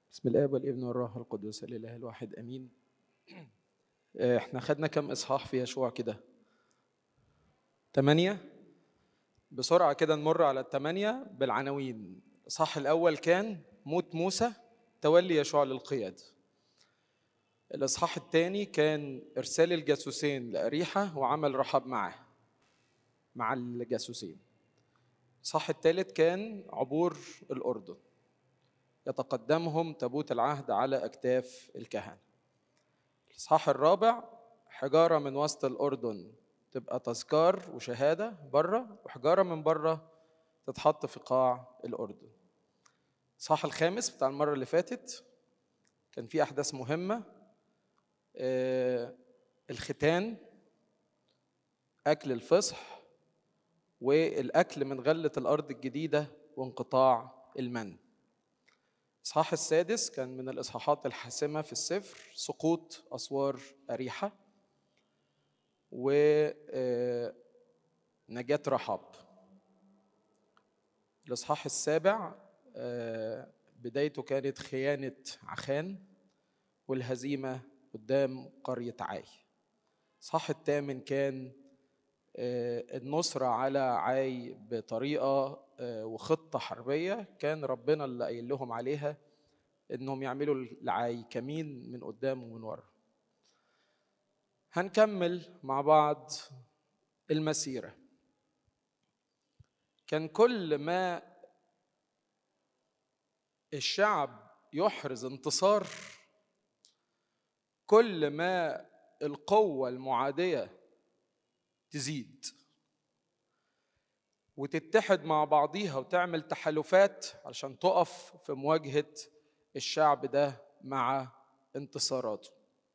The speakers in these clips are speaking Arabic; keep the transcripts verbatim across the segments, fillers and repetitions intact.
بسم الآب والابن والروح القدس الإله الواحد أمين. احنا خدنا كم إصحاح في يشوع كده؟ تمانية. بسرعة كده نمر على التمانية بالعناوين. الإصحاح الأول كان موت موسى، تولي يشوع للقيادة. الإصحاح الثاني كان إرسال الجاسوسين لأريحة وعمل رحاب معه مع الجاسوسين. الإصحاح الثالث كان عبور الأردن، يتقدمهم تابوت العهد على أكتاف الكهنة. الإصحاح الرابع حجارة من وسط الأردن تبقى تذكار وشهادة بره، وحجارة من بره تتحط في قاع الأردن. الإصحاح الخامس بتاع المرة اللي فاتت كان فيه أحداث مهمة، آه الختان، أكل الفصح، والأكل من غلة الأرض الجديدة، وانقطاع المن. الإصحاح السادس كان من الإصحاحات الحاسمة في السفر، سقوط أسوار أريحة ونجاة رحاب. الإصحاح السابع بدايته كانت خيانة عخان والهزيمة قدام قرية عاي. الإصحاح الثامن كان النصرة على عاي بطريقة وخطة حربية كان ربنا اللي قايل لهم عليها، إنهم يعملوا العاي كمين من قدام ومن ورا. هنكمل مع بعض المسيرة. كان كل ما الشعب يحرز انتصار، كل ما القوة المعادية تزيد وتتحد مع بعضيها وتعمل تحالفات علشان تقف في مواجهة الشعب ده مع انتصاراته.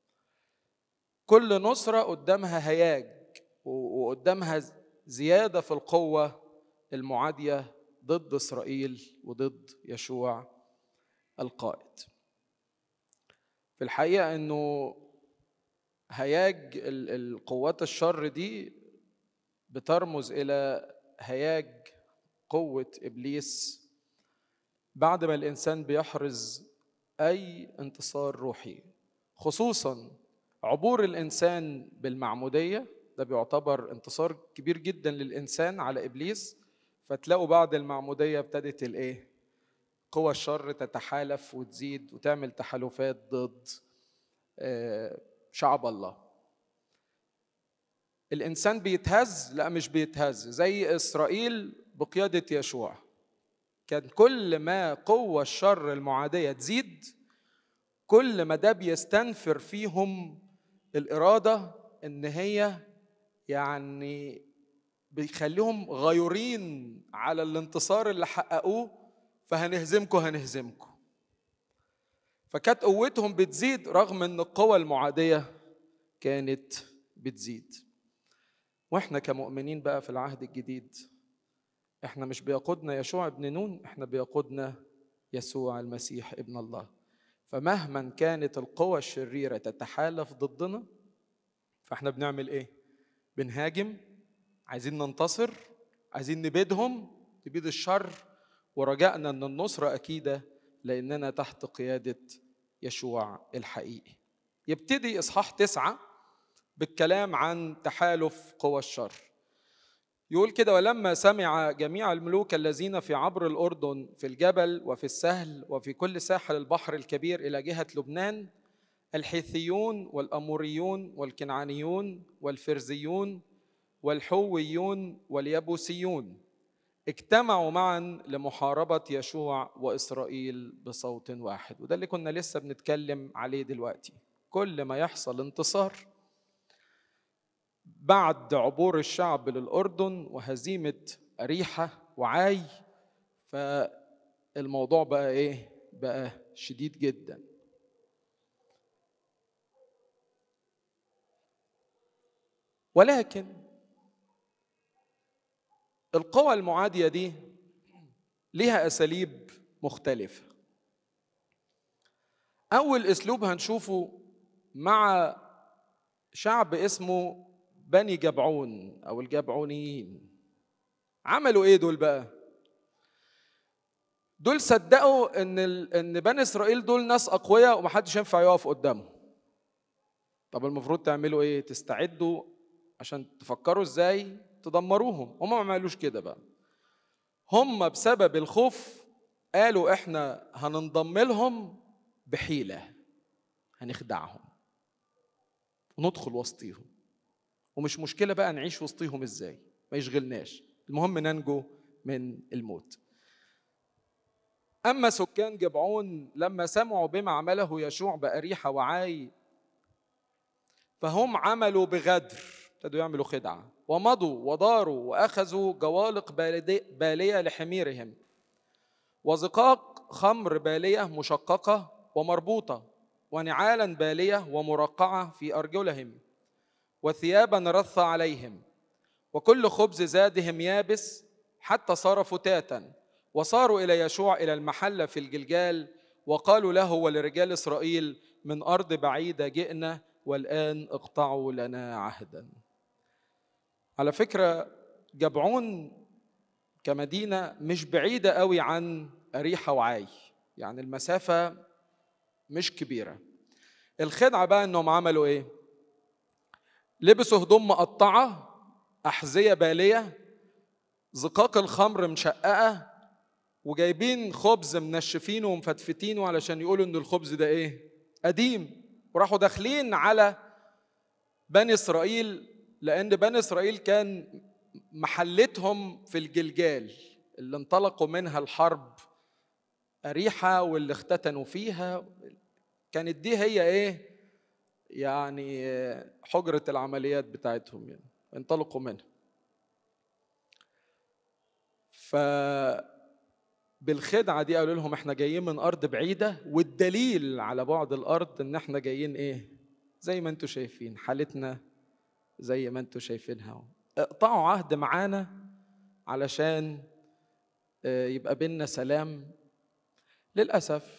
كل نصرة قدامها هياج وقدامها زيادة في القوة المعادية ضد إسرائيل وضد يشوع القائد. في الحقيقة أنه هياج القوات الشر دي بترمز إلى هياج قوة إبليس بعد ما الإنسان بيحرز أي انتصار روحي، خصوصاً عبور الإنسان بالمعمودية. ده بيعتبر انتصار كبير جداً للإنسان على إبليس. فتلاقوا بعد المعمودية ابتدت الإيه؟ قوى الشر تتحالف وتزيد وتعمل تحالفات ضد شعب الله. الإنسان بيتهز؟ لا، مش بيتهز زي إسرائيل بقيادة يشوع. كان كل ما قوة الشر المعادية تزيد، كل ما ده بيستنفر فيهم الإرادة إن هي يعني بيخليهم غيورين على الانتصار اللي حققوه، فهنهزمكم هنهزمكم. فكانت قوتهم بتزيد رغم ان القوى المعادية كانت بتزيد. واحنا كمؤمنين بقى في العهد الجديد، احنا مش بيقودنا يشوع ابن نون، احنا بيقودنا يسوع المسيح ابن الله. فمهما كانت القوى الشريرة تتحالف ضدنا، فاحنا بنعمل ايه؟ بنهاجم، عايزين ننتصر، عايزين نبيدهم، نبيد الشر، ورجائنا ان النصرة اكيدة لاننا تحت قيادة يشوع الحقيقي. يبتدي إصحاح تسعة بالكلام عن تحالف قوى الشر. يقول كده: ولما سمع جميع الملوك الذين في عبر الأردن في الجبل وفي السهل وفي كل ساحل البحر الكبير إلى جهة لبنان، الحيثيون والأموريون والكنعانيون والفرزيون والحويون واليبوسيون اجتمعوا معا لمحاربة يشوع وإسرائيل بصوت واحد. وده اللي كنا لسه بنتكلم عليه دلوقتي. كل ما يحصل انتصار بعد عبور الشعب للأردن وهزيمة أريحة وعاي، فالموضوع بقى إيه؟ بقى شديد جدا. ولكن القوى المعادية دي ليها أساليب مختلفة. أول أسلوب هنشوفه مع شعب اسمه بني جبعون أو الجبعونيين. عملوا إيه دول بقى؟ دول صدقوا ان ان بني اسرائيل دول ناس اقوياء ومحدش ينفع يقف قدامهم. طب المفروض تعملوا ايه؟ تستعدوا عشان تفكروا ازاي تدمروهم. هم ما عملوش كده بقى. هم بسبب الخوف قالوا احنا هننضم لهم بحيلة، هنخدعهم وندخل وسطيهم، ومش مشكلة بقى نعيش وسطيهم ازاي، ما يشغلناش، المهم ننجو من الموت. أما سكان جبعون لما سمعوا بما عمله يشوع بأريحة وعاي فهم عملوا بغدر، ابتدوا يعملوا خدعة، ومضوا وداروا وأخذوا جوالق بالية لحميرهم وزقاق خمر بالية مشققة ومربوطة ونعالا بالية ومرقعة في أرجلهم وثيابا رث عليهم، وكل خبز زادهم يابس حتى صار فتاتا. وصاروا إلى يشوع إلى المحلة في الجلجال وقالوا له ولرجال إسرائيل من أرض بعيدة جئنا والآن اقطعوا لنا عهدا. على فكرة جبعون كمدينة مش بعيدة قوي عن أريحة وعاي، يعني المسافة مش كبيرة. الخدعة بقى إنهم عملوا إيه؟ لبسوا هدوم مقطعة، أحذية بالية، زقاق الخمر مشققة، وجايبين خبز منشفينه ومفتفتينه علشان يقولوا إن الخبز ده إيه؟ قديم. وراحوا داخلين على بني إسرائيل، لأن بني إسرائيل كان محلتهم في الجلجال اللي انطلقوا منها الحرب أريحة واللي اختتنوا فيها، كانت دي هي إيه؟ يعني حجرة العمليات بتاعتهم، يعني انطلقوا منها. فبالخدعة دي قالوا لهم احنا جايين من أرض بعيدة، والدليل على بعد الأرض ان احنا جايين إيه؟ زي ما انتوا شايفين حالتنا، زي ما انتوا شايفينها. اقطعوا عهد معانا علشان يبقى بيننا سلام. للأسف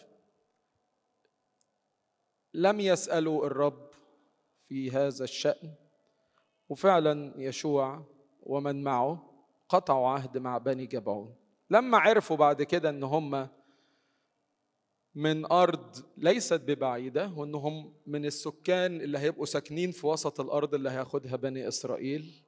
لم يسألوا الرب في هذا الشأن، وفعلا يشوع ومن معه قطعوا عهد مع بني جبعون. لما عرفوا بعد كده ان هم من أرض ليست ببعيدة، وانهم من السكان اللي هيبقوا ساكنين في وسط الأرض اللي هياخدها بني إسرائيل،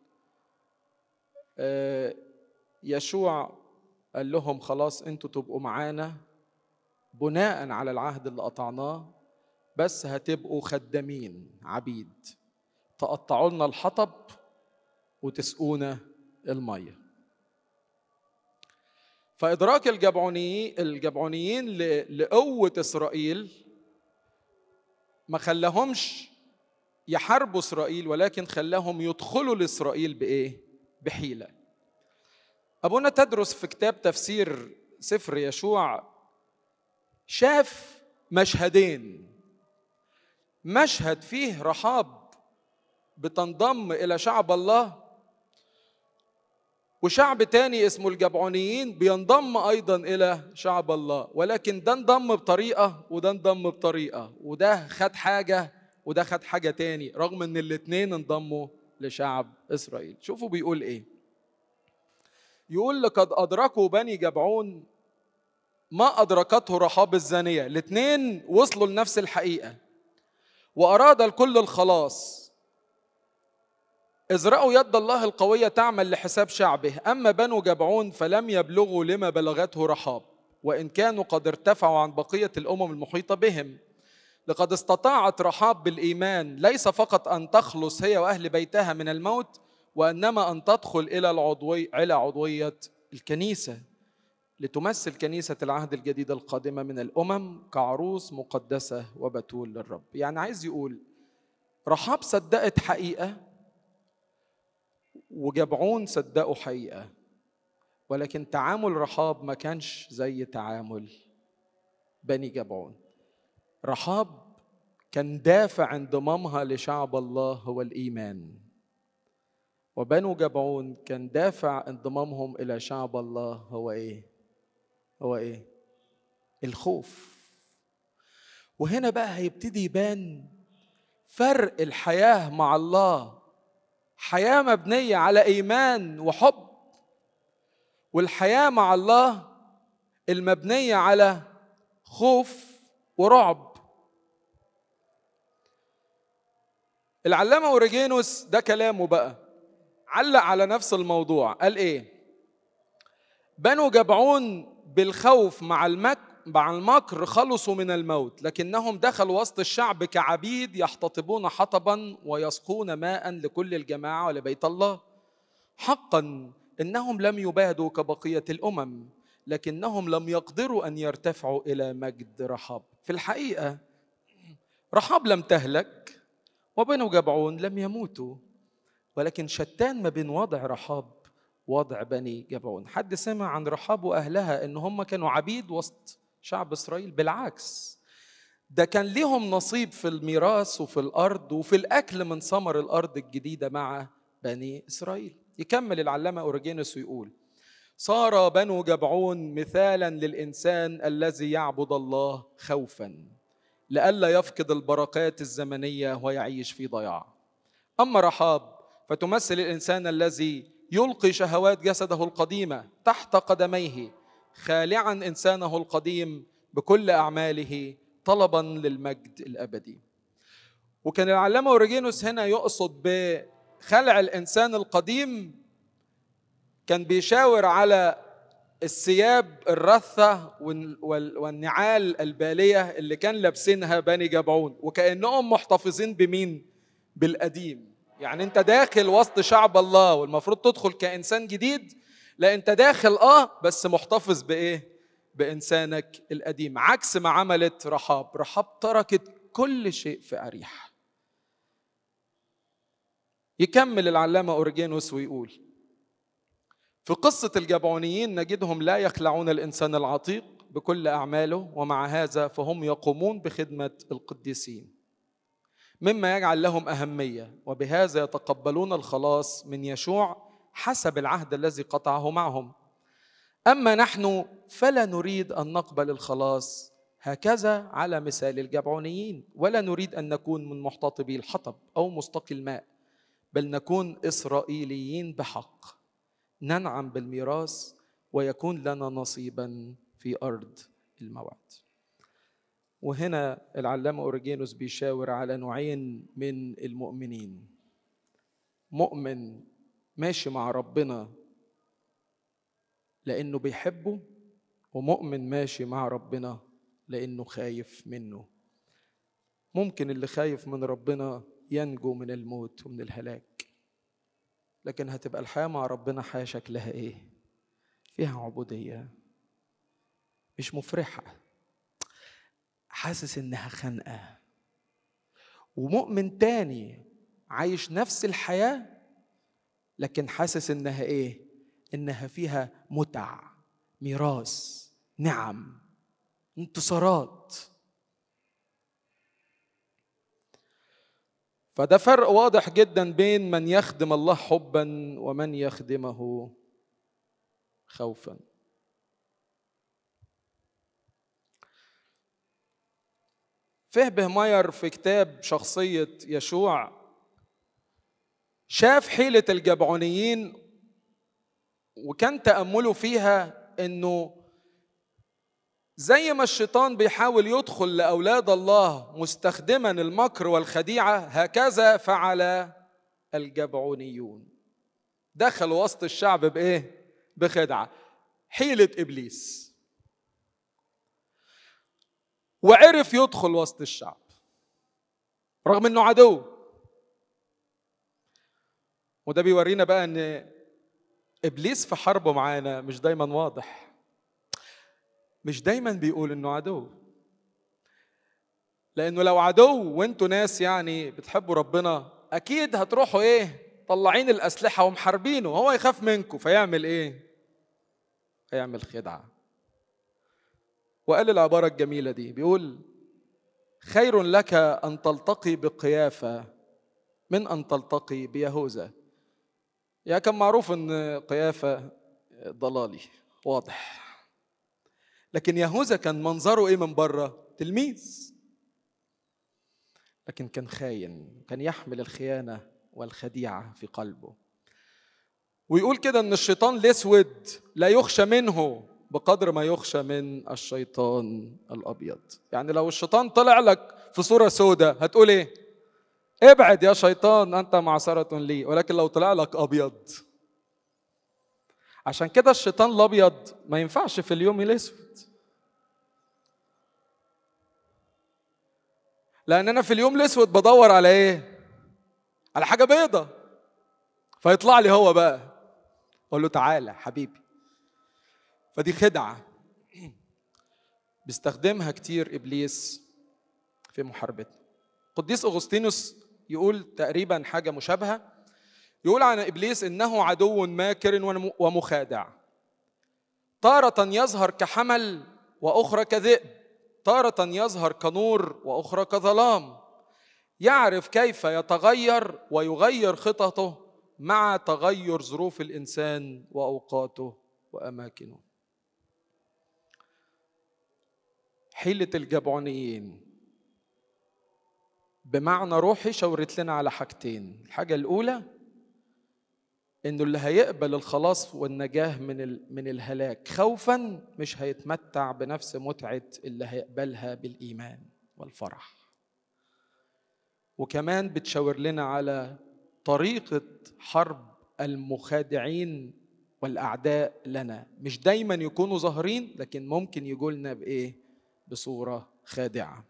يشوع قال لهم خلاص انتوا تبقوا معانا بناء على العهد اللي قطعناه، بس هتبقوا خدامين عبيد، تقطعوا لنا الحطب وتسقونا الميه. فإدراك الجبعونيين الجبعونيين لقوة إسرائيل ما خلاهمش يحاربوا إسرائيل، ولكن خلاهم يدخلوا لإسرائيل بإيه؟ بحيلة. أبونا تدرس في كتاب تفسير سفر يشوع شاف مشهدين، مشهد فيه رحاب بتنضم إلى شعب الله، وشعب تاني اسمه الجبعونيين بينضم أيضا إلى شعب الله، ولكن ده انضم بطريقة وده انضم بطريقة، وده خد حاجة وده خد حاجة تاني، رغم ان الاتنين انضموا لشعب إسرائيل. شوفوا بيقول ايه. يقول لقد أدركوا بني جبعون ما أدركته رحاب الزانية. الاتنين وصلوا لنفس الحقيقة، وأراد الكل الخلاص، إذ رأوا يد الله القوية تعمل لحساب شعبه. أما بنو جبعون فلم يبلغوا لما بلغته رحاب، وإن كانوا قد ارتفعوا عن بقية الأمم المحيطة بهم. لقد استطاعت رحاب بالإيمان ليس فقط أن تخلص هي وأهل بيتها من الموت، وإنما أن تدخل إلى العضوية إلى عضوية الكنيسة، لتمثل كنيسة العهد الجديد القادمة من الأمم كعروس مقدسة وبتول للرب. يعني عايز يقول رحاب صدقت حقيقة وجبعون صدقوا حقيقة، ولكن تعامل رحاب ما كانش زي تعامل بني جبعون. رحاب كان دافع انضمامها لشعب الله هو الإيمان، وبنو جبعون كان دافع انضمامهم إلى شعب الله هو إيه؟ هو إيه؟ الخوف. وهنا بقى هيبتدي يبان فرق الحياة مع الله، حياة مبنية على إيمان وحب، والحياة مع الله المبنية على خوف ورعب. العلامة أوريجينوس ده كلامه بقى علق على نفس الموضوع، قال إيه؟ بنو جبعون بالخوف مع المك مع المكر خلصوا من الموت، لكنهم دخلوا وسط الشعب كعبيد يحتطبون حطبا ويسقون ماء لكل الجماعة ولبيت الله. حقا إنهم لم يبادوا كبقية الأمم، لكنهم لم يقدروا أن يرتفعوا إلى مجد رحاب. في الحقيقة رحاب لم تهلك وبنو جبعون لم يموتوا، ولكن شتان ما بين وضع رحاب وضع بني جبعون. حد سمع عن رحاب وأهلها إن هم كانوا عبيد وسط شعب إسرائيل؟ بالعكس، ده كان ليهم نصيب في الميراث وفي الأرض وفي الأكل من ثمر الأرض الجديدة مع بني إسرائيل. يكمل العلامة أوريجينوس ويقول: صار بنو جبعون مثالا للإنسان الذي يعبد الله خوفا لئلا يفقد البركات الزمنية ويعيش في ضياع. أما رحاب فتمثل الإنسان الذي يلقي شهوات جسده القديمة تحت قدميه خالعا إنسانه القديم بكل أعماله طلبا للمجد الأبدي. وكان العلامة أوريجينوس هنا يقصد بخلع الإنسان القديم، كان بيشاور على الثياب الرثة والنعال البالية اللي كان لابسينها بني جبعون، وكأنهم محتفظين بمين؟ بالقديم. يعني انت داخل وسط شعب الله والمفروض تدخل كإنسان جديد، لا انت داخل اه بس محتفظ بإيه؟ بإنسانك القديم، عكس ما عملت رحاب. رحاب تركت كل شيء في أريحة. يكمل العلامة أوريجينوس ويقول: في قصة الجبعونيين نجدهم لا يخلعون الإنسان العتيق بكل أعماله، ومع هذا فهم يقومون بخدمة القديسين مما يجعل لهم أهمية، وبهذا يتقبلون الخلاص من يشوع حسب العهد الذي قطعه معهم. أما نحن فلا نريد أن نقبل الخلاص هكذا على مثال الجبعونيين، ولا نريد أن نكون من محتطبي الحطب أو مستقي الماء، بل نكون إسرائيليين بحق، ننعم بالميراث ويكون لنا نصيبا في أرض الموعد. وهنا العلامة أوريجينوس بيشاور على نوعين من المؤمنين: مؤمن ماشي مع ربنا لأنه بيحبه، ومؤمن ماشي مع ربنا لأنه خايف منه. ممكن اللي خايف من ربنا ينجو من الموت ومن الهلاك، لكن هتبقى الحياة مع ربنا حياة شكلها إيه؟ فيها عبودية، مش مفرحة، حاسس إنها خنقة. ومؤمن تاني عايش نفس الحياة لكن حاسس إنها إيه؟ إنها فيها متع، ميراث، نعم، انتصارات. فده فرق واضح جدا بين من يخدم الله حبا ومن يخدمه خوفا. فهبه ماير في كتاب شخصية يشوع شاف حيلة الجبعونيين، وكان تأمله فيها إنه زي ما الشيطان بيحاول يدخل لأولاد الله مستخدما المكر والخديعة، هكذا فعل الجبعونيون، دخلوا وسط الشعب بإيه؟ بخدعة، حيلة إبليس، وعرف يدخل وسط الشعب رغم إنه عدو. وده بيورينا بقى إن إبليس في حربه معانا مش دايما واضح، مش دايما بيقول إنه عدو، لأنه لو عدو وإنتوا ناس يعني بتحبوا ربنا أكيد هتروحوا إيه؟ طلعين الأسلحة ومحاربينه، هو يخاف منكم فيعمل إيه؟ هيعمل خدعة. وقال العبارة الجميلة دي، بيقول: خير لك أن تلتقي بقيافة من أن تلتقي بيهوذا. يعني كان معروف أن قيافة ضلالي واضح، لكن يهوذا كان منظره إيه من بره؟ تلميذ، لكن كان خاين، كان يحمل الخيانة والخديعة في قلبه. ويقول كده أن الشيطان الأسود لا يخشى منه بقدر ما يخشى من الشيطان الأبيض. يعني لو الشيطان طلع لك في صورة سوداء هتقول إيه؟ ابعد يا شيطان أنت معصرة لي. ولكن لو طلع لك أبيض، عشان كده الشيطان الأبيض ما ينفعش في اليوم الأسود، لأن أنا في اليوم الأسود بدور على إيه؟ على حاجة بيضة، فيطلع لي هو بقى أقول له تعالى حبيبي. فدي خدعة بيستخدمها كتير إبليس في محاربتنا. قديس أغسطينوس يقول تقريبا حاجة مشابهة، يقول عن إبليس إنه عدو ماكر ومخادع، تارة يظهر كحمل وأخرى كذئب، تارة يظهر كنور وأخرى كظلام، يعرف كيف يتغير ويغير خططه مع تغير ظروف الإنسان وأوقاته وأماكنه. حيلة الجبعونيين بمعنى روحي شاورت لنا على حاجتين. الحاجة الأولى إنه اللي هيقبل الخلاص والنجاة من من الهلاك خوفاً مش هيتمتع بنفس متعة اللي هيقبلها بالإيمان والفرح. وكمان بتشاور لنا على طريقة حرب المخادعين والأعداء لنا، مش دايماً يكونوا ظاهرين لكن ممكن يقولنا بإيه؟ بصورة خادعة.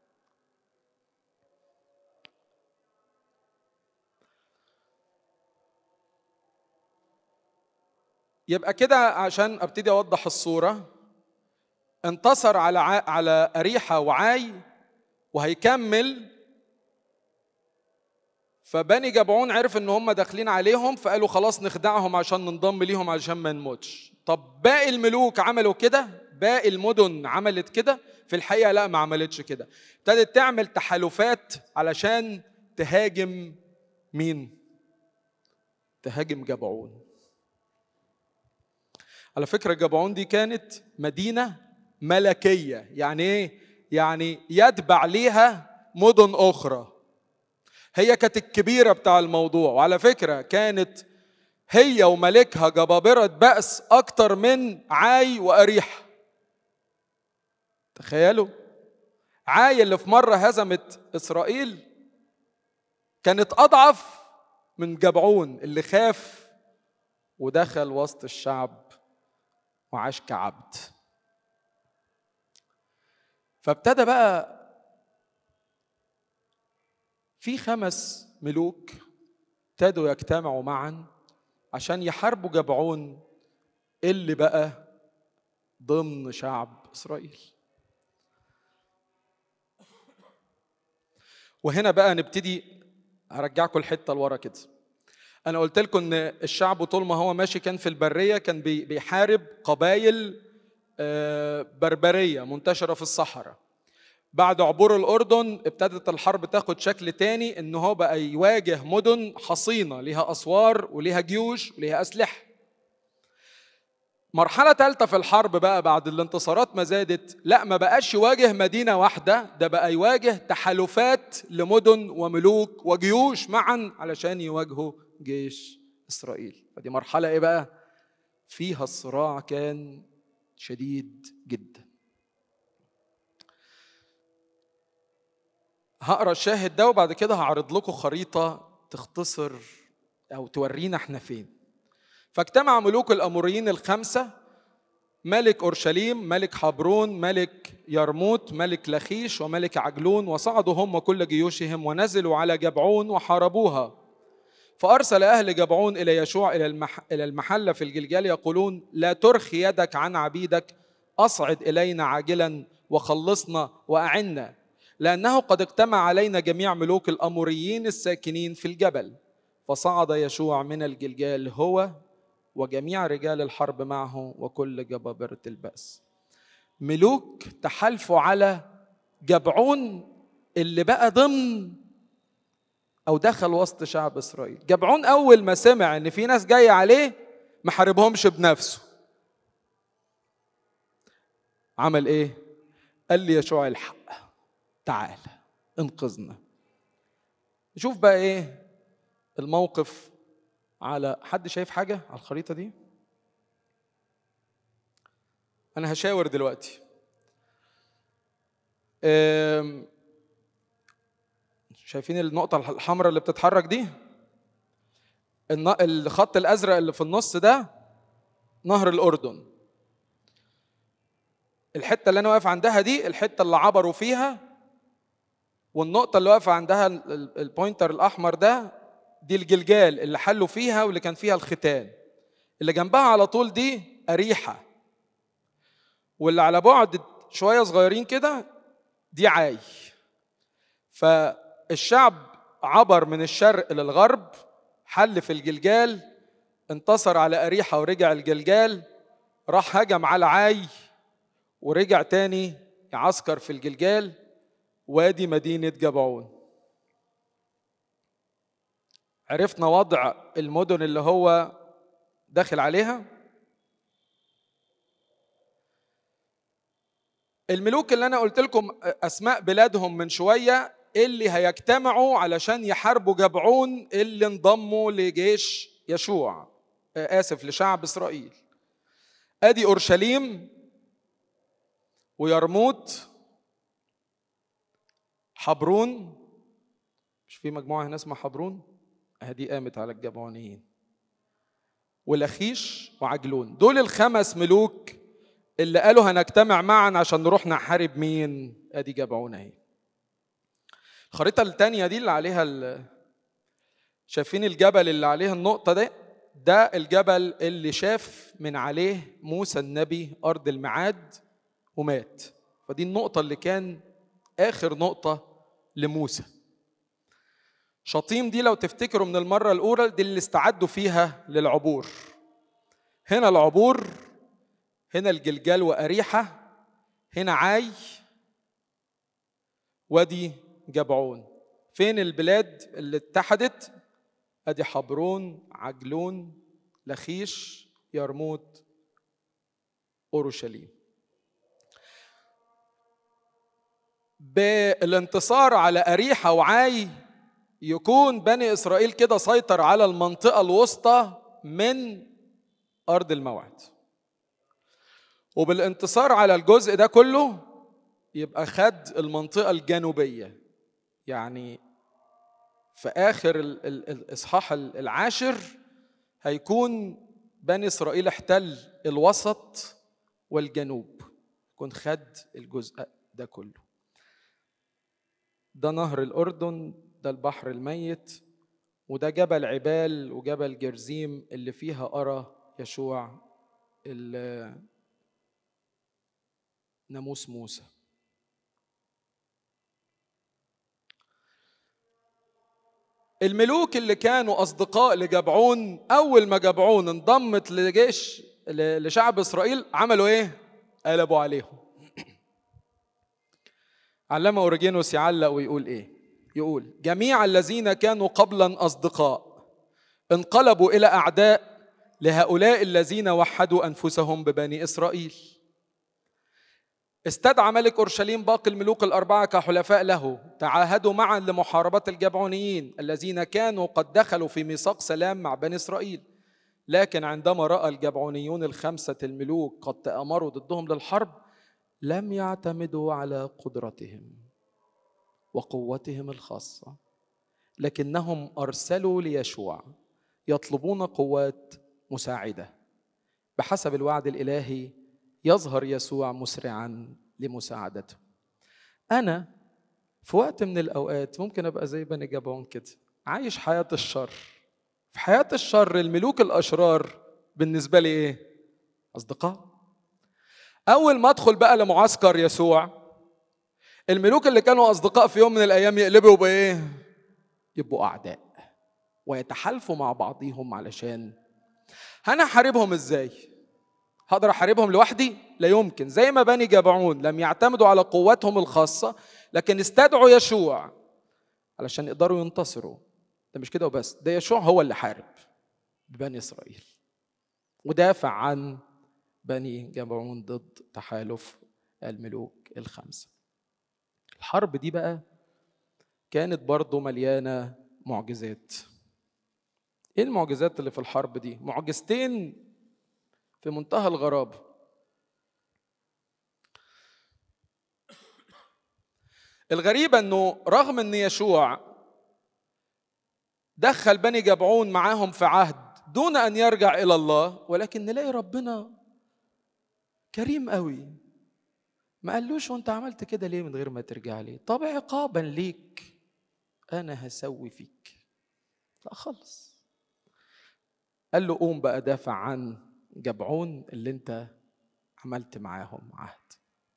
يبقى كده عشان ابتدي اوضح الصورة، انتصر على ع... على أريحة وعاي وهيكمل. فبني جبعون عرف ان هم داخلين عليهم، فقالوا خلاص نخدعهم عشان ننضم ليهم عشان ما نموتش. طب باقي الملوك عملوا كده؟ باقي المدن عملت كده؟ في الحقيقة لا، ما عملتش كده. ابتدت تعمل تحالفات علشان تهاجم مين؟ تهاجم جبعون. على فكرة جبعون دي كانت مدينة ملكية. يعني ايه؟ يعني يتبع ليها مدن أخرى، هي كانت الكبيرة بتاع الموضوع. وعلى فكرة كانت هي وملكها جبابرة بأس أكتر من عاي وأريحة. تخيلوا، عاي اللي في مرة هزمت إسرائيل كانت أضعف من جبعون اللي خاف ودخل وسط الشعب وعاش كعبد. فابتدى بقى في خمس ملوك ابتدوا يجتمعوا معا عشان يحاربوا جبعون اللي بقى ضمن شعب إسرائيل. وهنا بقى نبتدي هرجعكم الحتة لورا كده. أنا قلت لكم إن الشعب طول ما هو ماشي كان في البرية كان بيحارب قبائل بربرية منتشرة في الصحراء. بعد عبور الأردن ابتدت الحرب تاخد شكل تاني، إنه هو بقى يواجه مدن حصينة ليها أسوار وليها جيوش وليها أسلحة. مرحلة ثالثة في الحرب بقى بعد الانتصارات ما زادت، لا ما بقاش يواجه مدينة واحدة، ده بقى يواجه تحالفات لمدن وملوك وجيوش معا علشان يواجهوا جيش إسرائيل. فدي مرحلة إيه بقى؟ فيها الصراع كان شديد جدا. هقرأ الشاهد ده وبعد كده هعرض لكم خريطة تختصر أو تورينا احنا فين. فاجتمع ملوك الأموريين الخمسة، ملك أورشليم، ملك حبرون، ملك يرموت، ملك لخيش، وملك عجلون، وصعدوا هم وكل جيوشهم ونزلوا على جبعون وحاربوها. فأرسل أهل جبعون إلى يشوع إلى المحلة في الجلجال يقولون لا ترخي يدك عن عبيدك، أصعد إلينا عاجلا وخلصنا وأعنا، لأنه قد اجتمع علينا جميع ملوك الأموريين الساكنين في الجبل. فصعد يشوع من الجلجال هو وجميع رجال الحرب معه وكل جبابرة البأس. ملوك تحالفوا على جبعون اللي بقى ضمن أو دخل وسط شعب إسرائيل. جبعون أول ما سمع إن في ناس جاية عليه ما حاربهمش بنفسه. عمل إيه؟ قال لي يشوع الحق، تعال انقذنا. نشوف بقى إيه الموقف. على حد شايف حاجة على الخريطة دي؟ أنا هشاور دلوقتي. شايفين النقطة الحمراء اللي بتتحرك دي؟ الخط الأزرق اللي في النص ده نهر الأردن. الحتة اللي أنا واقف عندها دي الحتة اللي عبروا فيها، والنقطة اللي واقف عندها البوينتر الأحمر ده دي الجلجال اللي حلوا فيها واللي كان فيها الختان. اللي جنبها على طول دي أريحة، واللي على بعد شوية صغيرين كده دي عاي. فالشعب عبر من الشرق للغرب، حل في الجلجال، انتصر على أريحة ورجع الجلجال، راح هجم على عاي ورجع تاني يعسكر في الجلجال. وادي مدينة جبعون. عرفنا وضع المدن اللي هو داخل عليها. الملوك اللي أنا قلت لكم أسماء بلادهم من شوية اللي هيجتمعوا علشان يحاربوا جبعون اللي انضموا لجيش يشوع، آسف لشعب إسرائيل. أدي أورشليم ويرموت، حبرون، مش في مجموعة هنا اسمها حبرون؟ أهدي قامت على الجبعونيين، ولخيش وعجلون. دول الخمس ملوك اللي قالوا هنجتمع معا عشان نروح نحارب مين؟ أدي جبعون اهي. الخريطة التانية دي اللي عليها ال... شايفين الجبل اللي عليه النقطة ده؟ ده الجبل اللي شاف من عليه موسى النبي أرض الميعاد ومات. فدي النقطة اللي كان آخر نقطة لموسى. شطيم دي لو تفتكروا من المرة الأولى دي اللي استعدوا فيها للعبور. هنا العبور، هنا الجلجال وأريحة، هنا عاي، وادي جبعون. فين البلاد اللي اتحدت؟ ادي حبرون، عجلون، لخيش، يرموت، أورشليم. بالانتصار على أريحة وعاي يكون بني إسرائيل كده سيطر على المنطقة الوسطى من أرض الموعد. وبالانتصار على الجزء ده كله يبقى خد المنطقة الجنوبية. يعني في آخر الإصحاح العاشر هيكون بني إسرائيل احتل الوسط والجنوب، يكون خد الجزء ده كله. ده نهر الأردن، ده البحر الميت، وده جبل عبال وجبل جرزيم اللي فيها أرى يشوع ناموس موسى. الملوك اللي كانوا أصدقاء لجبعون أول ما جبعون انضمت لجيش لشعب إسرائيل عملوا إيه؟ قلبوا عليهم. علامة أوريجينوس يعلق ويقول إيه؟ يقول جميع الذين كانوا قبلا أصدقاء انقلبوا إلى أعداء لهؤلاء الذين وحدوا أنفسهم ببني إسرائيل. استدعى ملك أورشليم باقي الملوك الأربعة كحلفاء له، تعاهدوا معا لمحاربة الجبعونيين الذين كانوا قد دخلوا في ميثاق سلام مع بني إسرائيل. لكن عندما رأى الجبعونيون الخمسة الملوك قد تآمروا ضدهم للحرب لم يعتمدوا على قدرتهم وقوتهم الخاصة، لكنهم أرسلوا ليشوع يطلبون قوات مساعدة. بحسب الوعد الإلهي يظهر يسوع مسرعا لمساعدته. أنا في وقت من الأوقات ممكن أبقى زي بني جبعون كده، عايش حياة الشر. في حياة الشر الملوك الأشرار بالنسبة لي إيه؟ أصدقاء. أول ما أدخل بقى لمعسكر يسوع الملوك اللي كانوا أصدقاء في يوم من الأيام يقلبوا بإيه؟ يبقوا أعداء ويتحالفوا مع بعضهم. علشان أنا أحاربهم إزاي؟ هقدر أحاربهم لوحدي؟ لا يمكن. زي ما بني جبعون لم يعتمدوا على قوتهم الخاصة لكن استدعوا يشوع علشان يقدروا ينتصروا. ده مش كده وبس، ده يشوع هو اللي حارب ببني إسرائيل ودافع عن بني جبعون ضد تحالف الملوك الخمسة. الحرب دي بقى كانت برضو مليانة معجزات. ايه المعجزات اللي في الحرب دي؟ معجزتين في منتهى الغرابة. الغريب أنه رغم أن يشوع دخل بني جبعون معاهم في عهد دون أن يرجع إلى الله، ولكن نلاقي ربنا كريم قوي، ما قالوش وانت عملت كده ليه من غير ما ترجع لي؟ طب عقابا ليك أنا هسوي فيك. لا خالص، قال له قوم بقى دافع عن جبعون اللي انت عملت معاهم عهد.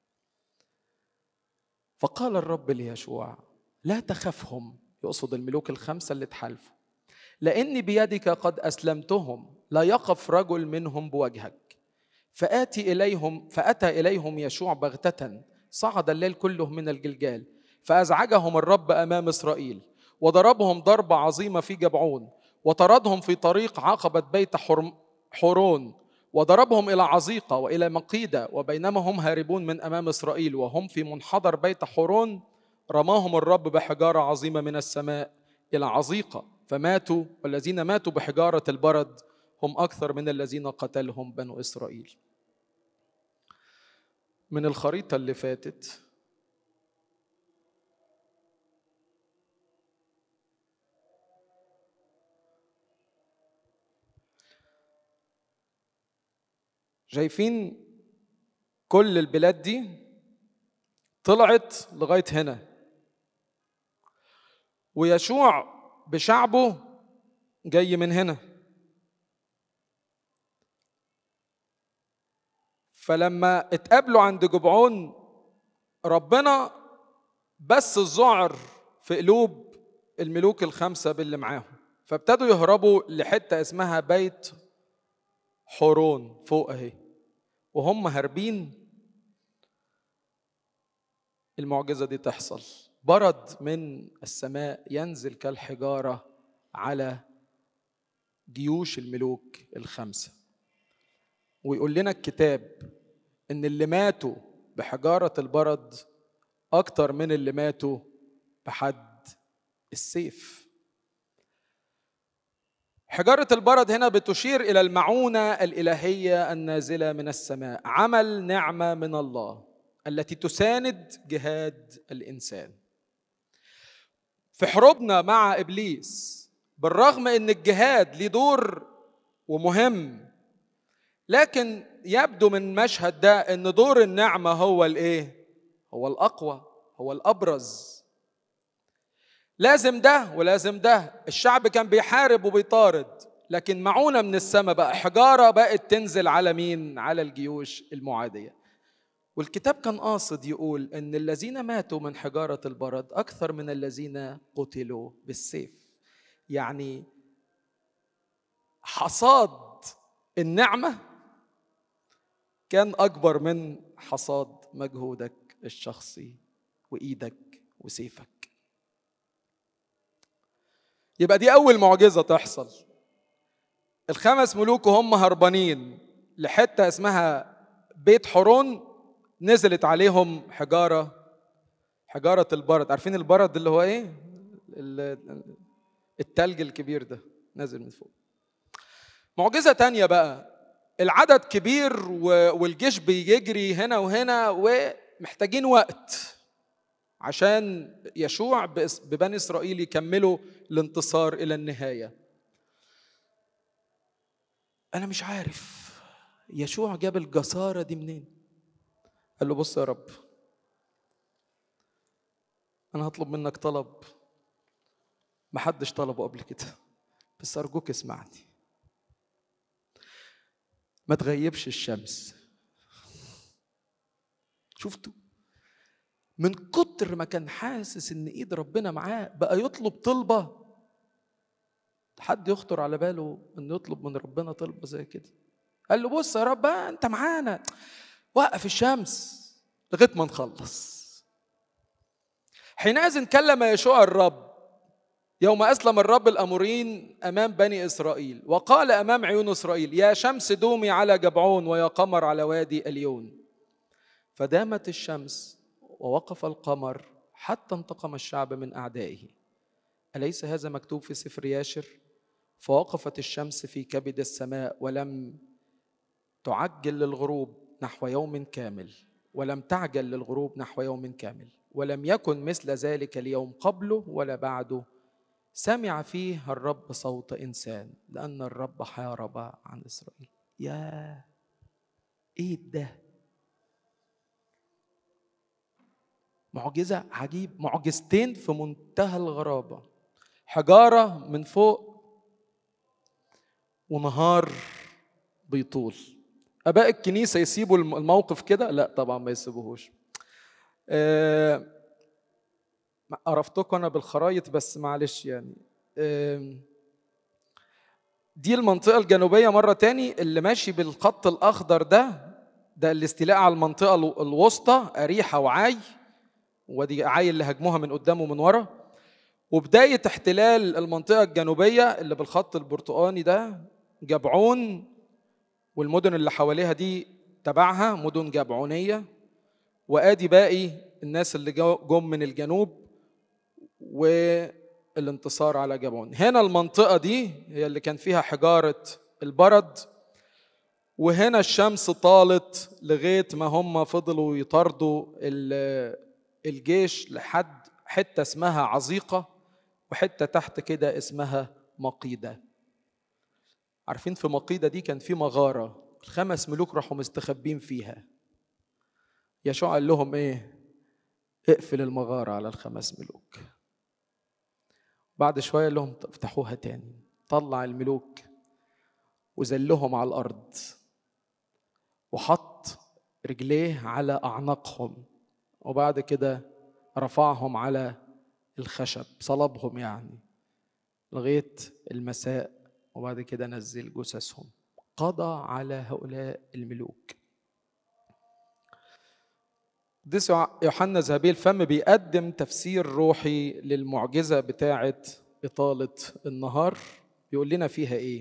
فقال الرب ليشوع لا تخفهم، يقصد الملوك الخمسة اللي اتحالفوا، لأني بيدك قد أسلمتهم، لا يقف رجل منهم بوجهك. فآتي إليهم فأتى إليهم يشوع بغتة، صعد الليل كله من الجلجال، فأزعجهم الرب أمام إسرائيل، وضربهم ضربة عظيمة في جبعون، وطردهم في طريق عقبة بيت حورون، وضربهم إلى عزيقة وإلى مقيدة، وبينما هم هاربون من أمام إسرائيل وهم في منحدر بيت حورون رماهم الرب بحجارة عظيمة من السماء إلى عزيقة فماتوا، والذين ماتوا بحجارة البرد هم أكثر من الذين قتلهم بنو إسرائيل. من الخريطة اللي فاتت شايفين كل البلاد دي طلعت لغاية هنا، ويشوع بشعبه جاي من هنا. فلما اتقابلوا عند جبعون ربنا بس الذعر في قلوب الملوك الخمسة باللي معاهم، فابتدوا يهربوا لحتة اسمها بيت حورون فوق اهي. وهم هاربين المعجزة دي تحصل، برد من السماء ينزل كالحجارة على جيوش الملوك الخمسة. ويقول لنا الكتاب إن اللي ماتوا بحجارة البرد أكتر من اللي ماتوا بحد السيف. حجارة البرد هنا بتشير إلى المعونة الإلهية النازلة من السماء، عمل نعمة من الله التي تساند جهاد الإنسان. في حروبنا مع إبليس بالرغم إن الجهاد له دور ومهم، لكن يبدو من المشهد ده إن دور النعمة هو الإيه؟ هو الأقوى، هو الأبرز. لازم ده ولازم ده. الشعب كان بيحارب وبيطارد، لكن معونة من السماء بقى، حجارة بقت تنزل على مين؟ على الجيوش المعادية. والكتاب كان قاصد يقول إن الذين ماتوا من حجارة البرد أكثر من الذين قتلوا بالسيف. يعني حصاد النعمة كان أكبر من حصاد مجهودك الشخصي وإيدك وسيفك. يبقى دي أول معجزة تحصل. الخمس ملوك وهم هربانين لحتة اسمها بيت حورون نزلت عليهم حجارة، حجارة البرد. عارفين البرد اللي هو إيه؟ التلج الكبير ده نازل من فوق. معجزة تانية بقى، العدد كبير والجيش بيجري هنا وهنا ومحتاجين وقت عشان يشوع ببني إسرائيل يكملوا الانتصار إلى النهاية. أنا مش عارف يشوع جاب الجسارة دي منين. قال له بص يا رب، أنا هطلب منك طلب محدش طلبه قبل كده، بس أرجوك اسمعني. ما تغيبش الشمس. شفتوا؟ من كتر ما كان حاسس ان ايد ربنا معاه بقى يطلب طلبة. حد يخطر على باله انه يطلب من ربنا طلبة زي كده؟ قال له بص يا رب انت معانا، وقف الشمس لغايه ما نخلص. حينئذ كلم يشوع الرب يوم أسلم الرب الأموريين أمام بني إسرائيل، وقال أمام عيون إسرائيل: يا شمس دومي على جبعون، ويا قمر على وادي اليون. فدامت الشمس ووقف القمر حتى انتقم الشعب من أعدائه. أليس هذا مكتوب في سفر ياشر؟ فوقفت الشمس في كبد السماء ولم تعجل للغروب نحو يوم كامل، ولم تعجل للغروب نحو يوم كامل. ولم يكن مثل ذلك اليوم قبله ولا بعده. سمع فيه الرب صوت إنسان لأن الرب حارب عن إسرائيل. يا إيه ده؟ معجزة عجيب، معجزتين في منتهى الغرابة. حجارة من فوق ونهار بيطول. أباء الكنيسة يسيبوا الموقف كده؟ لا طبعا ما يسيبوهوش. أه عرفتكم أنا بالخرايط بس معلش يعني. أه دي المنطقة الجنوبية مرة تاني، اللي ماشي بالخط الأخضر ده ده الاستيلاء على المنطقة الوسطى، أريحة وعاي، ودي عاي اللي هجموها من قدام ومن ورا. وبداية احتلال المنطقة الجنوبية اللي بالخط البرتقاني ده جبعون، والمدن اللي حواليها دي تبعها مدن جبعونية. وآدي باقي الناس اللي جم من الجنوب والانتصار على جبعون. هنا المنطقة دي هي اللي كان فيها حجارة البرد، وهنا الشمس طالت لغاية ما هم فضلوا يطاردوا الجيش لحد حتة اسمها عزيقة، وحتة تحت كده اسمها مقيدة. عارفين في مقيدة دي كان في مغارة، الخمس ملوك راحوا مستخبين فيها. يشوع قال لهم ايه؟ اقفل المغارة على الخمس ملوك. بعد شوية قال لهم افتحوها تاني. طلع الملوك وزلهم على الأرض وحط رجليه على أعناقهم، وبعد كده رفعهم على الخشب، صلبهم يعني لغاية المساء، وبعد كده نزل جثثهم. قضى على هؤلاء الملوك. قديس يوحنا ذهبي الفم بيقدم تفسير روحي للمعجزة بتاعة إطالة النهار. بيقول لنا فيها إيه؟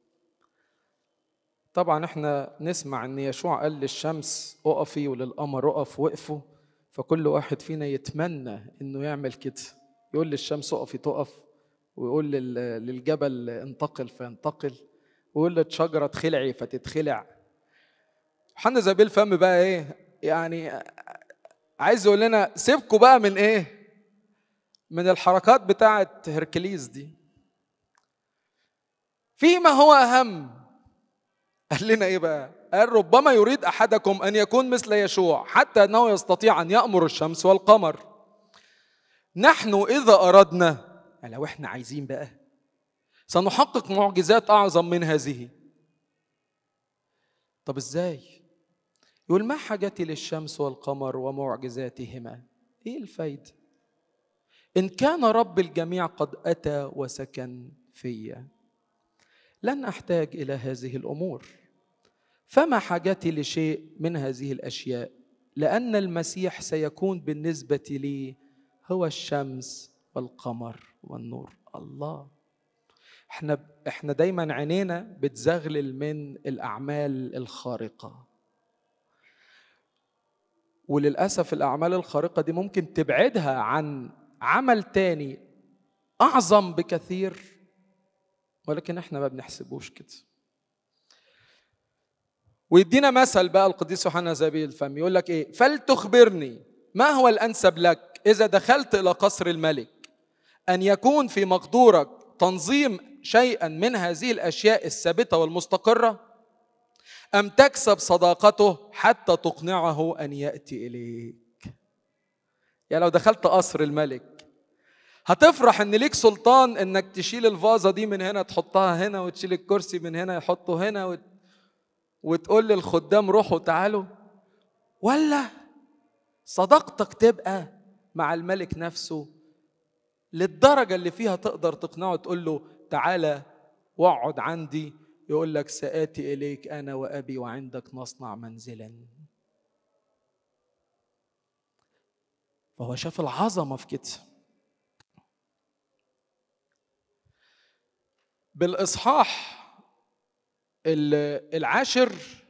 طبعا احنا نسمع ان يشوع قال للشمس اقفي وللقمر اقف، وقفوا. فكل واحد فينا يتمنى انه يعمل كده، يقول للشمس اقفي تقف، ويقول للجبل انتقل فينتقل، ويقول للشجرة تخلعي فتتخلع. يوحنا ذهبي الفم بقى ايه يعني؟ عايز يقول لنا سيبكوا بقى من ايه؟ من الحركات بتاعة هركليز دي، فيما هو أهم. قال لنا ايه بقى؟ قال ربما يريد أحدكم أن يكون مثل يشوع حتى أنه يستطيع أن يأمر الشمس والقمر. نحن إذا أردنا، لو احنا عايزين بقى، سنحقق معجزات أعظم من هذه. طب إزاي؟ يقول ما حاجتي للشمس والقمر ومعجزاتهما؟ إيه الفايدة؟ إن كان رب الجميع قد أتى وسكن فيا لن أحتاج إلى هذه الأمور. فما حاجتي لشيء من هذه الأشياء، لأن المسيح سيكون بالنسبة لي هو الشمس والقمر والنور. الله، احنا احنا دايما عينينا بتزغلل من الأعمال الخارقة، وللأسف الأعمال الخارقة دي ممكن تبعدها عن عمل تاني أعظم بكثير، ولكن احنا ما بنحسبوش كده. ويدينا مثل بقى القديس يوحنا ذهبي الفم، يقول لك ايه؟ فلتخبرني ما هو الأنسب لك إذا دخلت إلى قصر الملك، أن يكون في مقدورك تنظيم شيئا من هذه الأشياء الثابتة والمستقرة، أم تكسب صداقته حتى تقنعه أن يأتي إليك. يعني لو دخلت قصر الملك هتفرح ان ليك سلطان انك تشيل الفازة دي من هنا تحطها هنا، وتشيل الكرسي من هنا يحطه هنا، وت... وتقول للخدام روحوا تعالوا؟ ولا صداقتك تبقى مع الملك نفسه للدرجة اللي فيها تقدر تقنعه، تقول له تعالى واقعد عندي، يقول لك سآتي إليك أنا وأبي وعندك نصنع منزلا. فهو شاف العظمة في كده. بالإصحاح العاشر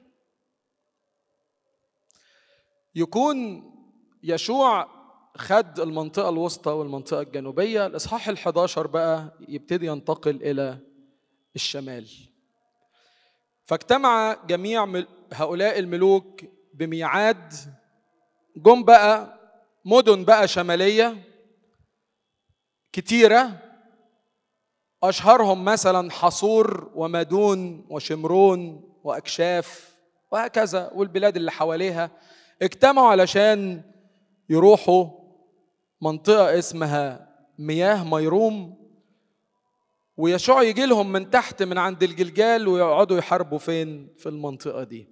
يكون يشوع خد المنطقة الوسطى والمنطقة الجنوبية. الإصحاح الحداشر بقى يبتدي ينتقل إلى الشمال. فاجتمع جميع هؤلاء الملوك بميعاد، جم بقى مدن بقى شمالية كتيرة، أشهرهم مثلا حصور ومدون وشمرون وأكشاف وهكذا، والبلاد اللي حواليها اجتمعوا علشان يروحوا منطقة اسمها مياه ميروم، ويشوع يجي لهم من تحت من عند الجلجال ويقعدوا يحاربوا فين؟ في المنطقة دي،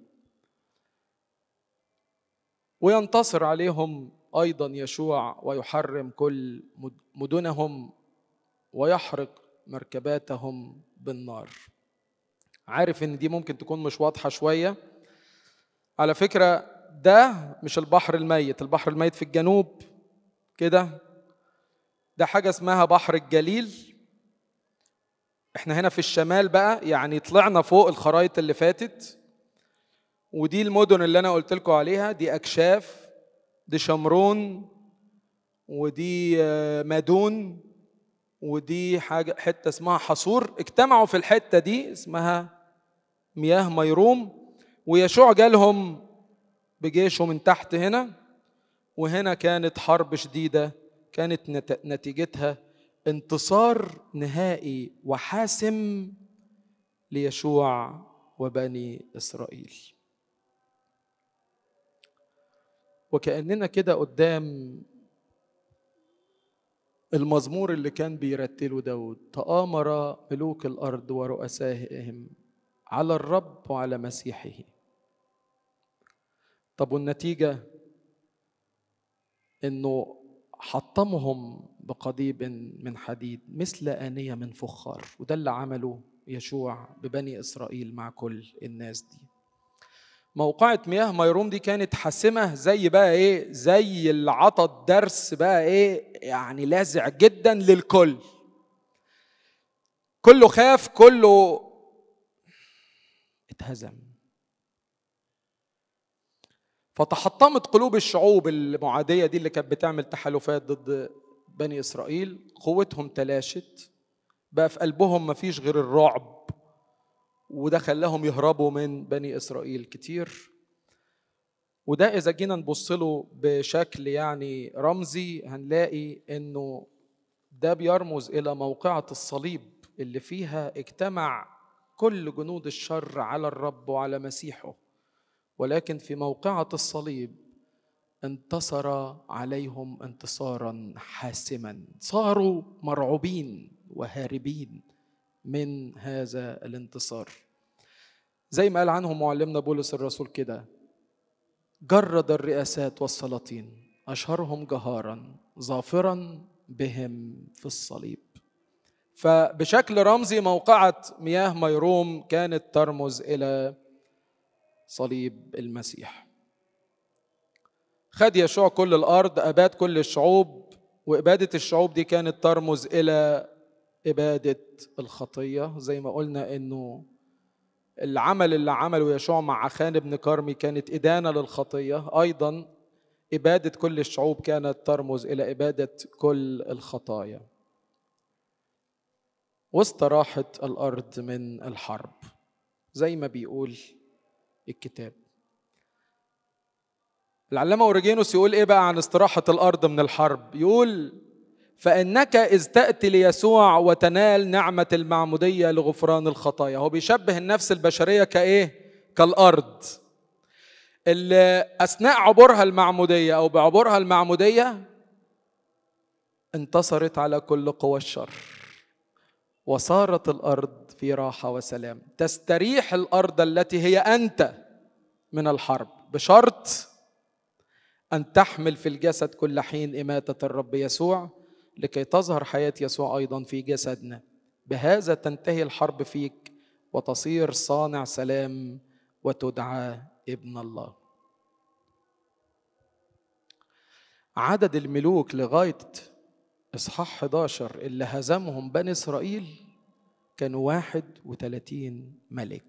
وينتصر عليهم أيضا يشوع ويحرم كل مدنهم ويحرق مركباتهم بالنار. عارف ان دي ممكن تكون مش واضحة شوية، على فكرة ده مش البحر الميت، البحر الميت في الجنوب كده، ده حاجة اسمها بحر الجليل. احنا هنا في الشمال بقى، يعني طلعنا فوق الخرائط اللي فاتت، ودي المدن اللي انا قلت لكم عليها، دي اكشاف، دي شمرون، ودي مادون، ودي حاجة حتة اسمها حصور. اجتمعوا في الحتة دي اسمها مياه ميروم، ويشوع جالهم بجيشه من تحت هنا، وهنا كانت حرب شديدة كانت نتيجتها انتصار نهائي وحاسم ليشوع وبني إسرائيل. وكأننا كده قدام المزمور اللي كان بيرتله داود: تآمر ملوك الأرض ورؤسائهم على الرب وعلى مسيحه. طب والنتيجة؟ إنه حطمهم بقضيب من حديد مثل آنية من فخار، وده اللي عمله يشوع ببني إسرائيل مع كل الناس دي. موقعة مياه ميروم دي كانت حاسمة، زي بقى إيه؟ زي اللي عطى الدرس بقى إيه؟ يعني لاذع جدا للكل، كله خاف، كله اتهزم. فتحطمت قلوب الشعوب المعادية دي اللي كانت بتعمل تحالفات ضد بني إسرائيل، قوتهم تلاشت، بقى في قلبهم مفيش غير الرعب، وده خلاهم يهربوا من بني إسرائيل كتير. وده إذا جينا نبص له بشكل يعني رمزي هنلاقي إنه ده بيرمز إلى موقعة الصليب اللي فيها اجتمع كل جنود الشر على الرب وعلى مسيحه، ولكن في موقعة الصليب انتصر عليهم انتصارا حاسما، صاروا مرعوبين وهاربين من هذا الانتصار. زي ما قال عنهم معلمنا بولس الرسول كده: جرد الرئاسات والسلاطين أشهرهم جهارا ظافرا بهم في الصليب. فبشكل رمزي موقعة مياه ميروم كانت ترمز إلى صليب المسيح. خد يشوع كل الأرض، أباد كل الشعوب، وإبادة الشعوب دي كانت ترمز إلى إبادة الخطية. زي ما قلنا إنه العمل اللي عمله يشوع مع خان بن كرمي كانت إدانة للخطية، أيضا إبادة كل الشعوب كانت ترمز إلى إبادة كل الخطايا. واستراحت الأرض من الحرب زي ما بيقول الكتاب. العلامة أوريجينوس يقول إيه بقى عن استراحة الأرض من الحرب؟ يقول: فإنك إذ تأتي ليسوع وتنال نعمة المعمودية لغفران الخطايا. هو بيشبه النفس البشرية كإيه؟ كالأرض اللي أثناء عبورها المعمودية أو بعبورها المعمودية انتصرت على كل قوى الشر، وصارت الأرض في راحة وسلام. تستريح الأرض التي هي أنت من الحرب، بشرط أن تحمل في الجسد كل حين إماتة الرب يسوع، لكي تظهر حياة يسوع أيضا في جسدنا. بهذا تنتهي الحرب فيك وتصير صانع سلام وتدعى ابن الله. عدد الملوك لغاية إصحاح إحدى عشر اللي هزمهم بني إسرائيل كانوا واحد وثلاثين ملك،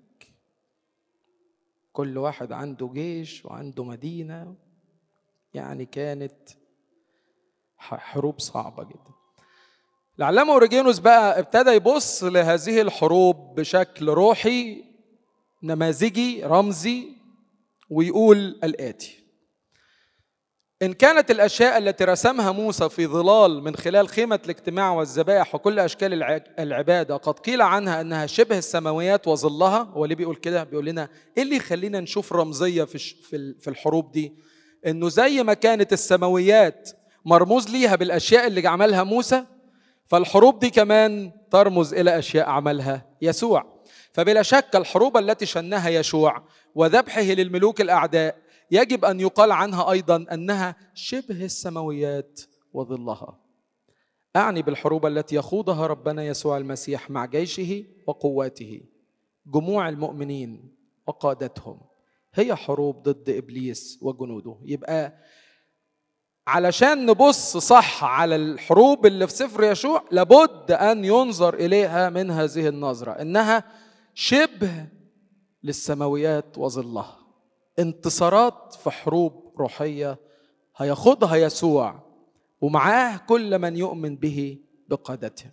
كل واحد عنده جيش وعنده مدينة، يعني كانت حروب صعبة جدا. العلامة أوريجينوس بقى ابتدى يبص لهذه الحروب بشكل روحي نماذجي رمزي، ويقول الآتي: إن كانت الأشياء التي رسمها موسى في ظلال من خلال خيمة الاجتماع والذبائح وكل أشكال العبادة قد قيل عنها أنها شبه السماويات وظلها، هو ليه بيقول كده؟ بيقول لنا إيه اللي يخلينا نشوف رمزية في في الحروب دي؟ إنه زي ما كانت السماويات مرموز ليها بالأشياء اللي عملها موسى، فالحروب دي كمان ترمز إلى أشياء عملها يسوع. فبلا شك الحروب التي شنها يشوع وذبحه للملوك الأعداء يجب أن يقال عنها أيضا أنها شبه السماويات وظلها. أعني بالحروب التي يخوضها ربنا يسوع المسيح مع جيشه وقواته، جموع المؤمنين وقادتهم، هي حروب ضد إبليس وجنوده. يبقى علشان نبص صح على الحروب اللي في سفر يشوع لابد أن ينظر إليها من هذه النظرة، إنها شبه للسماويات وظلها، انتصارات في حروب روحية هيخوضها يسوع ومعاه كل من يؤمن به بقادته.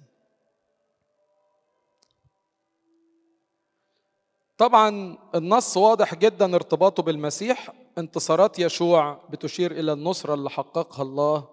طبعا النص واضح جدا ارتباطه بالمسيح. انتصارات يشوع بتشير إلى النصرة اللي حققها الله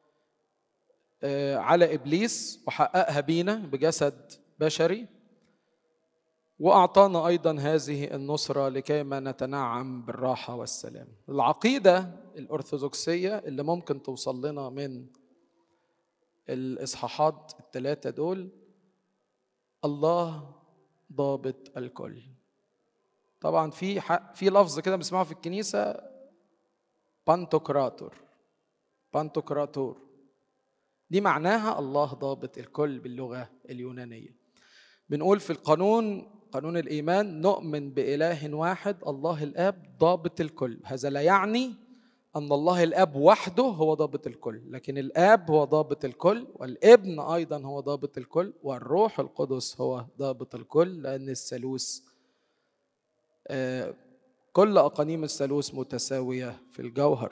على إبليس وحققها بينا بجسد بشري، وأعطانا أيضا هذه النصرة لكيما نتنعم بالراحة والسلام. العقيدة الأرثوذكسية اللي ممكن توصل لنا من الإصحاحات الثلاثة دول: الله ضابط الكل. طبعا في في لفظ كده بنسمعه في الكنيسة بانتوكراتور، بانتوكراتور دي معناها الله ضابط الكل باللغة اليونانية. بنقول في القانون، قانون الإيمان، نؤمن بإله واحد الله الآب ضابط الكل. هذا لا يعني أن الله الآب وحده هو ضابط الكل، لكن الآب هو ضابط الكل، والابن أيضا هو ضابط الكل، والروح القدس هو ضابط الكل، لأن الثالوث كل أقانيم الثالوث متساوية في الجوهر.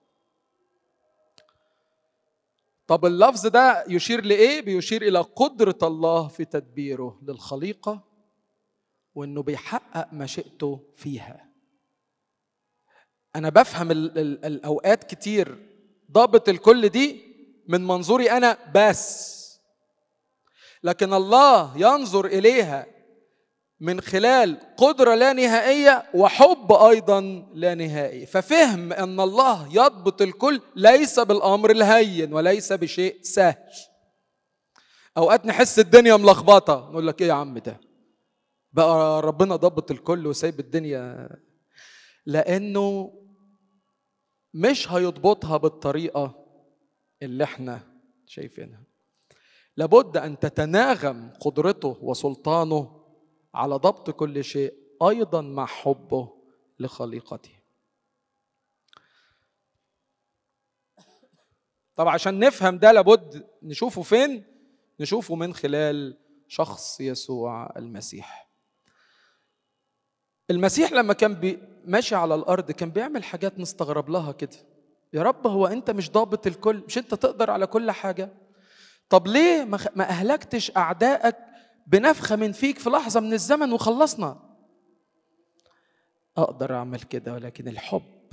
طب اللفظ ده يشير لإيه؟ بيشير إلى قدرة الله في تدبيره للخليقة، وإنه بيحقق مشيئته فيها. أنا بفهم ال ال الأوقات كتير ضابط الكل دي من منظوري أنا بس، لكن الله ينظر إليها من خلال قدرة لا نهائية وحب أيضا لا نهائي. ففهم أن الله يضبط الكل ليس بالأمر الهين وليس بشيء سهل. أوقات نحس الدنيا ملخبطة، نقول لك إيه يا عم ده بقى ربنا ضبط الكل وسايب الدنيا؟ لأنه مش هيضبطها بالطريقة اللي احنا شايفينها. لابد أن تتناغم قدرته وسلطانه على ضبط كل شيء أيضا مع حبه لخليقته. طبعا عشان نفهم ده لابد نشوفه فين؟ نشوفه من خلال شخص يسوع المسيح. المسيح لما كان ماشي على الأرض كان بيعمل حاجات نستغرب لها كده. يا رب هو أنت مش ضابط الكل؟ مش أنت تقدر على كل حاجة؟ طب ليه ما أهلكتش أعدائك بنفخة من فيك في لحظة من الزمن وخلصنا؟ أقدر أعمل كده، ولكن الحب،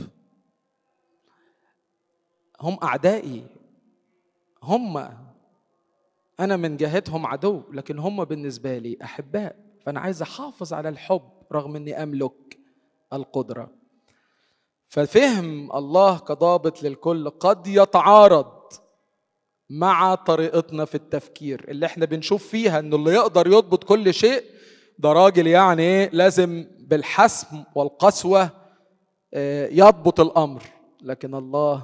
هم أعدائي، هم أنا من جهتهم عدو، لكن هم بالنسبة لي أحباء. فأنا عايز أحافظ على الحب رغم أني أملك القدرة. ففهم الله كضابط للكل قد يتعارض مع طريقتنا في التفكير اللي احنا بنشوف فيها انه اللي يقدر يضبط كل شيء ده راجل يعني ايه لازم بالحسم والقسوة يضبط الامر. لكن الله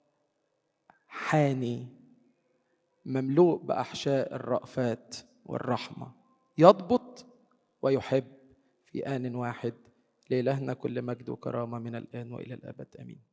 حاني مملوء بأحشاء الرأفات والرحمة، يضبط ويحب في آن واحد. لإلهنا كل مجد وكرامة من الآن وإلى الأبد، آمين.